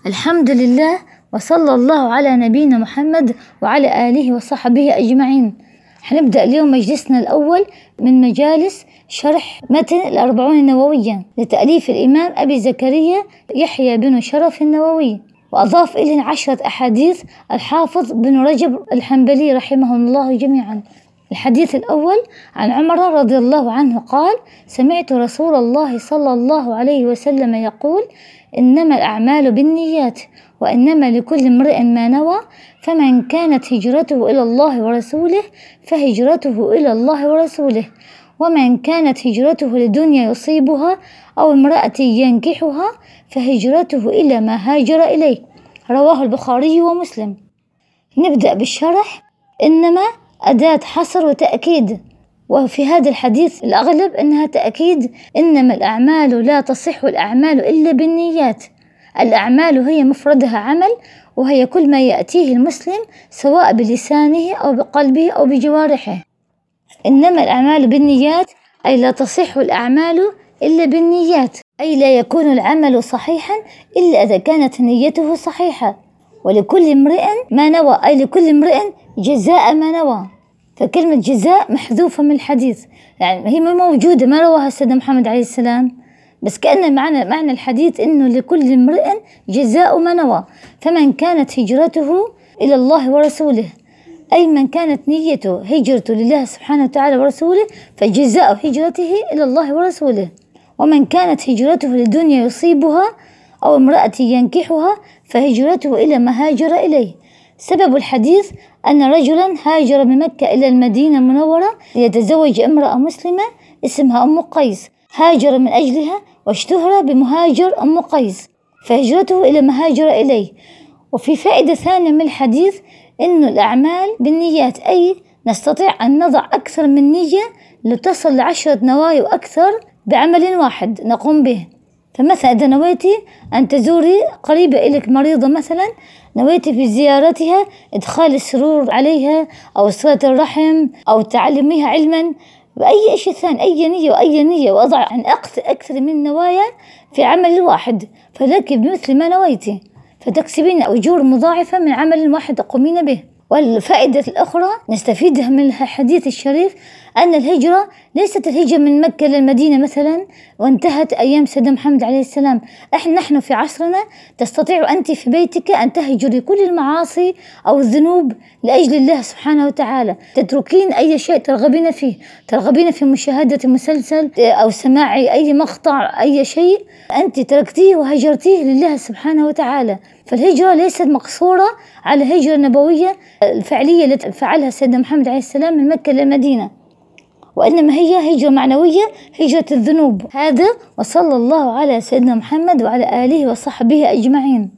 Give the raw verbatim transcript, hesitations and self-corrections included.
الحمد لله، وصلى الله على نبينا محمد وعلى آله وصحبه أجمعين. حنبدأ اليوم مجلسنا الأول من مجالس شرح متن الأربعون النووية لتأليف الإمام أبي زكريا يحيى بن شرف النووي، وأضاف إليه عشرة أحاديث الحافظ بن رجب الحنبلي رحمه الله جميعا. الحديث الأول عن عمر رضي الله عنه قال: سمعت رسول الله صلى الله عليه وسلم يقول: إنما الأعمال بالنيات وإنما لكل امرئ ما نوى، فمن كانت هجرته إلى الله ورسوله فهجرته إلى الله ورسوله، ومن كانت هجرته لدنيا يصيبها أو امرأة ينكحها فهجرته إلى ما هاجر إليه. رواه البخاري ومسلم. نبدأ بالشرح. إنما أداة حصر وتأكيد، وفي هذا الحديث الأغلب أنها تأكيد. إنما الأعمال لا تصح الأعمال إلا بالنيات. الأعمال هي مفردها عمل، وهي كل ما يأتيه المسلم سواء بلسانه أو بقلبه أو بجوارحه. إنما الأعمال بالنيات أي لا تصح الأعمال إلا بالنيات، أي لا يكون العمل صحيحا إلا إذا كانت نيته صحيحة. ولكل امرئ ما نوى، أي لكل امرئ جزاء ما نوى. فكلمة جزاء محذوفة من الحديث، يعني هي موجودة ما رواها السيد محمد عليه السلام، بس كأن معنى معنى الحديث إنه لكل امرئ جزاء ما نوى. فمن كانت هجرته إلى الله ورسوله، أي من كانت نيته هجرته لله سبحانه وتعالى ورسوله فجزاء هجرته إلى الله ورسوله. ومن كانت هجرته لدنيا يصيبها أو امرأة ينكحها فهجرته إلى ما هاجر إليه. سبب الحديث أن رجلا هاجر من مكة إلى المدينة المنورة ليتزوج امرأة مسلمة اسمها أم قيس، هاجر من أجلها واشتهر بمهاجر أم قيس، فهجرته إلى ما هاجر إليه. وفي فائدة ثانية من الحديث إن الأعمال بالنيات، أي نستطيع أن نضع أكثر من نية لتصل لعشرة نوايا وأكثر بعمل واحد نقوم به. فمثلا إذا نويتي أن تزوري قريبة إليك مريضة مثلا، نويتي في زيارتها إدخال السرور عليها أو صلة الرحم أو تعلميها علما، بأي شيء ثاني، أي نية وأي نية، وأضع عن أكثر من نوايا في عمل واحد، فلك بمثل ما نويتي، فتكسبين أجور مضاعفة من عمل واحد تقومين به. والفائدة الأخرى نستفيدها من الحديث الشريف أن الهجرة ليست الهجرة من مكة للمدينة مثلا وانتهت أيام سيدنا محمد عليه السلام. إحنا نحن في عصرنا تستطيع أنت في بيتك أن تهجري كل المعاصي أو الذنوب لأجل الله سبحانه وتعالى، تتركين أي شيء ترغبين فيه، ترغبين في مشاهدة مسلسل أو سماع أي مقطع، أي شيء أنت تركتيه وهجرتيه لله سبحانه وتعالى. فالهجرة ليست مقصورة على الهجرة النبوية الفعلية التي فعلها سيدنا محمد عليه السلام من مكة للمدينة، وإنما هي هجرة معنوية، هجرة الذنوب. هذا وصلى الله على سيدنا محمد وعلى آله وصحبه أجمعين.